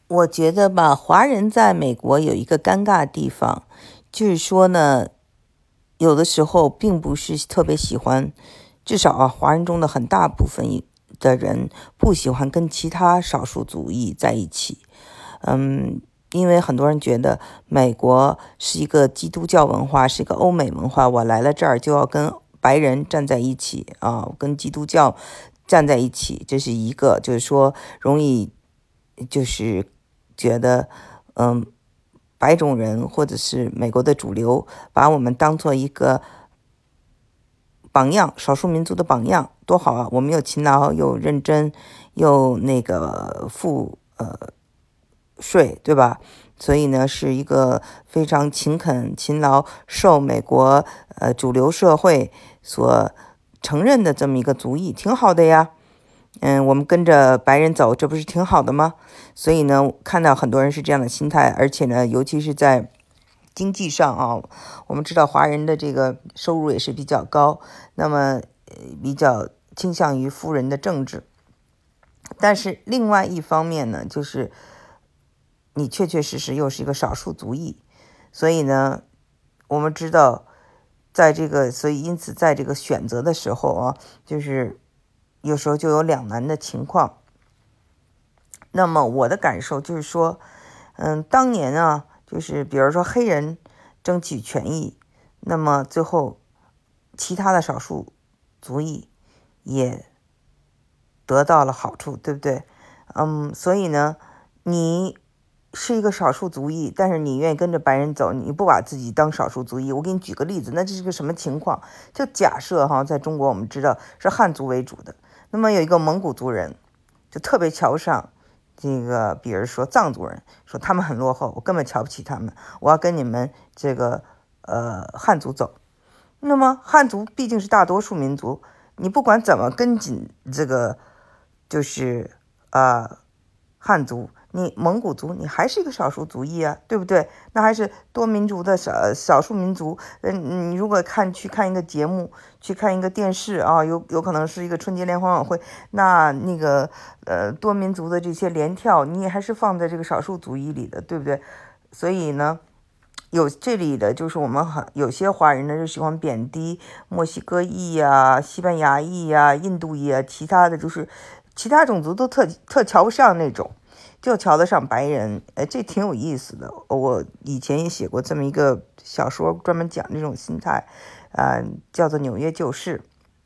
我觉得吧，华人在美国有一个尴尬的地方，就是说呢，有的时候并不是特别喜欢，至少啊，华人中的很大部分的人不喜欢跟其他少数族裔在一起。因为很多人觉得美国是一个基督教文化，是一个欧美文化，我来了这儿就要跟白人站在一起啊，跟基督教站在一起，这是一个，就是说容易就是觉得，白种人或者是美国的主流把我们当做一个榜样，少数民族的榜样，多好啊！我们又勤劳又认真，又那个付税，对吧？所以呢，是一个非常勤恳、勤劳、受美国主流社会所承认的这么一个族裔，挺好的呀。我们跟着白人走，这不是挺好的吗？所以呢，看到很多人是这样的心态，而且呢，尤其是在经济上啊，我们知道华人的这个收入也是比较高，那么比较倾向于富人的政治。但是另外一方面呢，就是你确确实实又是一个少数族裔，所以呢，我们知道，所以因此在这个选择的时候啊，就是有时候就有两难的情况。那么我的感受就是说，当年啊，就是比如说黑人争取权益，那么最后其他的少数族裔也得到了好处，对不对？所以呢，你是一个少数族裔，但是你愿意跟着白人走，你不把自己当少数族裔。我给你举个例子，那这是个什么情况？就假设哈，在中国我们知道是汉族为主的，那么有一个蒙古族人就特别瞧不上这个，比如说藏族人，说他们很落后，我根本瞧不起他们，我要跟你们这个汉族走。那么汉族毕竟是大多数民族，你不管怎么跟紧这个就是汉族，你蒙古族你还是一个少数族裔啊，对不对？那还是多民族的少数民族。你如果去看一个节目，去看一个电视啊，有可能是一个春节联欢晚会，那个多民族的这些联跳，你也还是放在这个少数族裔里的，对不对？所以呢，有这里的就是我们有些华人呢就喜欢贬低墨西哥裔呀、西班牙裔呀、印度裔啊，其他的就是其他种族都特瞧不上那种，就瞧得上白人。这挺有意思的。我以前也写过这么一个小说，专门讲这种心态，叫做《纽约旧事》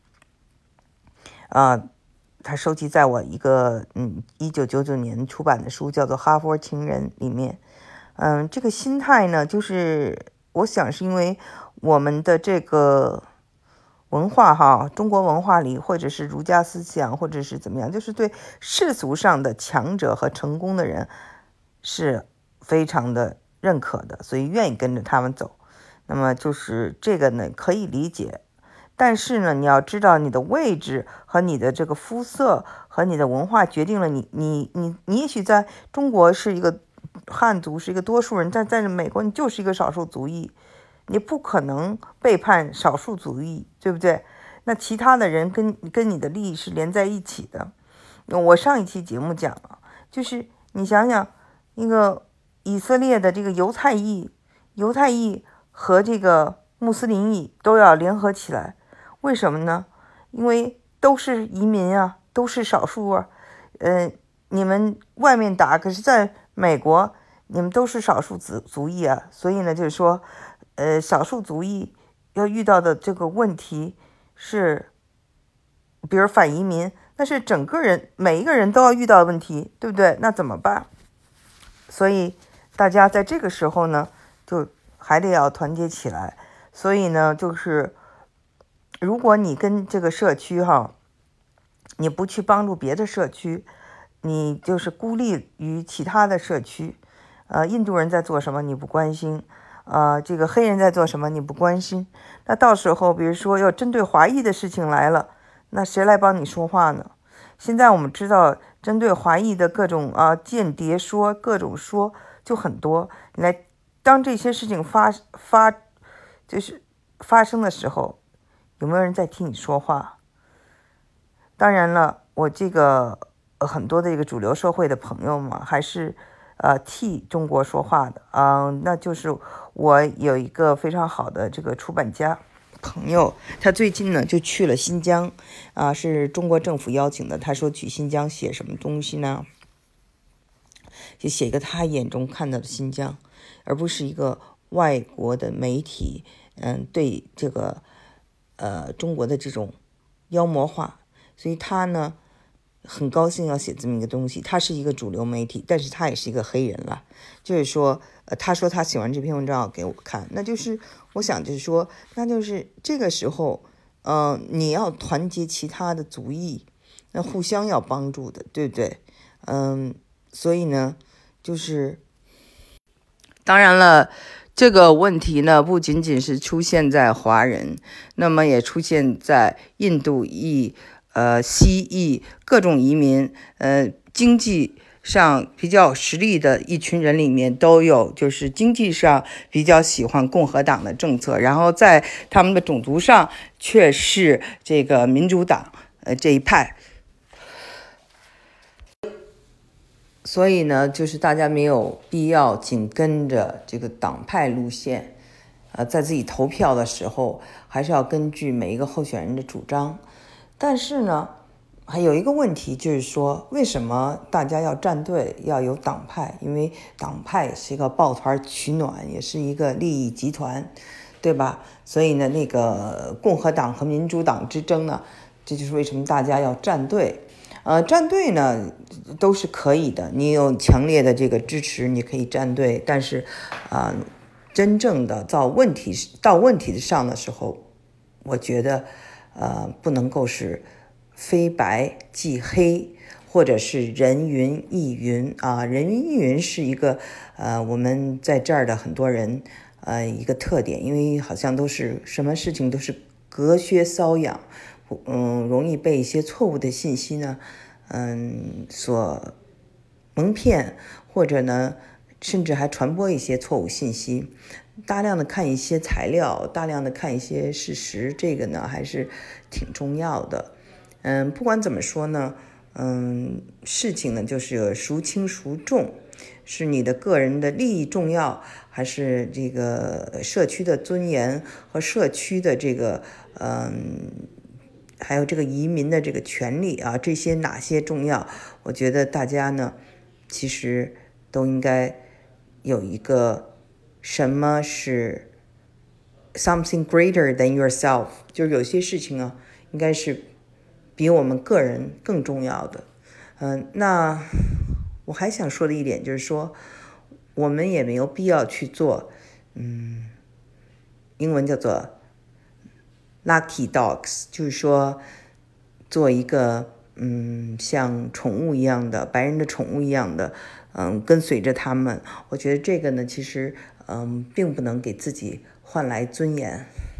它收集在我一个1999年出版的书，叫做《哈佛情人》里面。这个心态呢，就是我想是因为我们的这个文化哈，中国文化里，或者是儒家思想，或者是怎么样，就是对世俗上的强者和成功的人是非常的认可的，所以愿意跟着他们走。那么就是这个呢，可以理解。但是呢，你要知道你的位置和你的这个肤色和你的文化决定了你也许在中国是一个汉族，是一个多数人，但在美国你就是一个少数族裔，你不可能背叛少数族裔，对不对？那其他的人跟你的利益是连在一起的。我上一期节目讲了，就是你想想，一个以色列的这个犹太裔和这个穆斯林裔都要联合起来。为什么呢？因为都是移民啊，都是少数啊。你们外面打，可是在美国，你们都是少数族裔啊。所以呢，就是说，少数族裔要遇到的这个问题是，比如反移民，那是整个人每一个人都要遇到的问题，对不对？那怎么办？所以大家在这个时候呢，就还得要团结起来。所以呢，就是如果你跟这个社区哈，你不去帮助别的社区，你就是孤立于其他的社区。印度人在做什么你不关心，这个黑人在做什么你不关心，那到时候比如说要针对华裔的事情来了，那谁来帮你说话呢？现在我们知道针对华裔的各种间谍说，各种说就很多。当这些事情就是发生的时候，有没有人在替你说话？当然了，我这个很多的一个主流社会的朋友嘛，还是替中国说话的那就是我有一个非常好的这个出版家朋友，他最近呢就去了新疆是中国政府邀请的。他说去新疆写什么东西呢？就写一个他眼中看到的新疆，而不是一个外国的媒体对这个中国的这种妖魔化。所以他呢很高兴要写这么一个东西。他是一个主流媒体，但是他也是一个黑人了。就是说他说他写完这篇文章要给我看，那就是我想就是说，那就是这个时候你要团结其他的族裔，那互相要帮助的，对不对？所以呢就是当然了，这个问题呢不仅仅是出现在华人，那么也出现在印度裔西裔各种移民经济上比较有实力的一群人里面都有，就是经济上比较喜欢共和党的政策，然后在他们的种族上却是这个民主党这一派。所以呢就是大家没有必要紧跟着这个党派路线在自己投票的时候还是要根据每一个候选人的主张。但是呢还有一个问题，就是说为什么大家要站队，要有党派？因为党派是一个抱团取暖，也是一个利益集团，对吧？所以呢那个共和党和民主党之争呢，这就是为什么大家要站队。站队呢都是可以的，你有强烈的这个支持你可以站队，但是真正的到问题上的时候，我觉得不能够是非白即黑，或者是人云亦云人云亦云是一个我们在这儿的很多人一个特点，因为好像都是什么事情都是隔靴搔痒，容易被一些错误的信息呢所蒙骗，或者呢甚至还传播一些错误信息。大量的看一些材料，大量的看一些事实，这个呢还是挺重要的。不管怎么说呢事情呢就是孰轻孰重，是你的个人的利益重要，还是这个社区的尊严和社区的这个还有这个移民的这个权利这些哪些重要？我觉得大家呢其实都应该有一个什么是 something greater than yourself， 就是有些事情应该是比我们个人更重要的。那我还想说的一点就是说，我们也没有必要去做英文叫做 lucky dogs， 就是说做一个像宠物一样的白人的宠物一样的跟随着他们。我觉得这个呢其实并不能给自己换来尊严。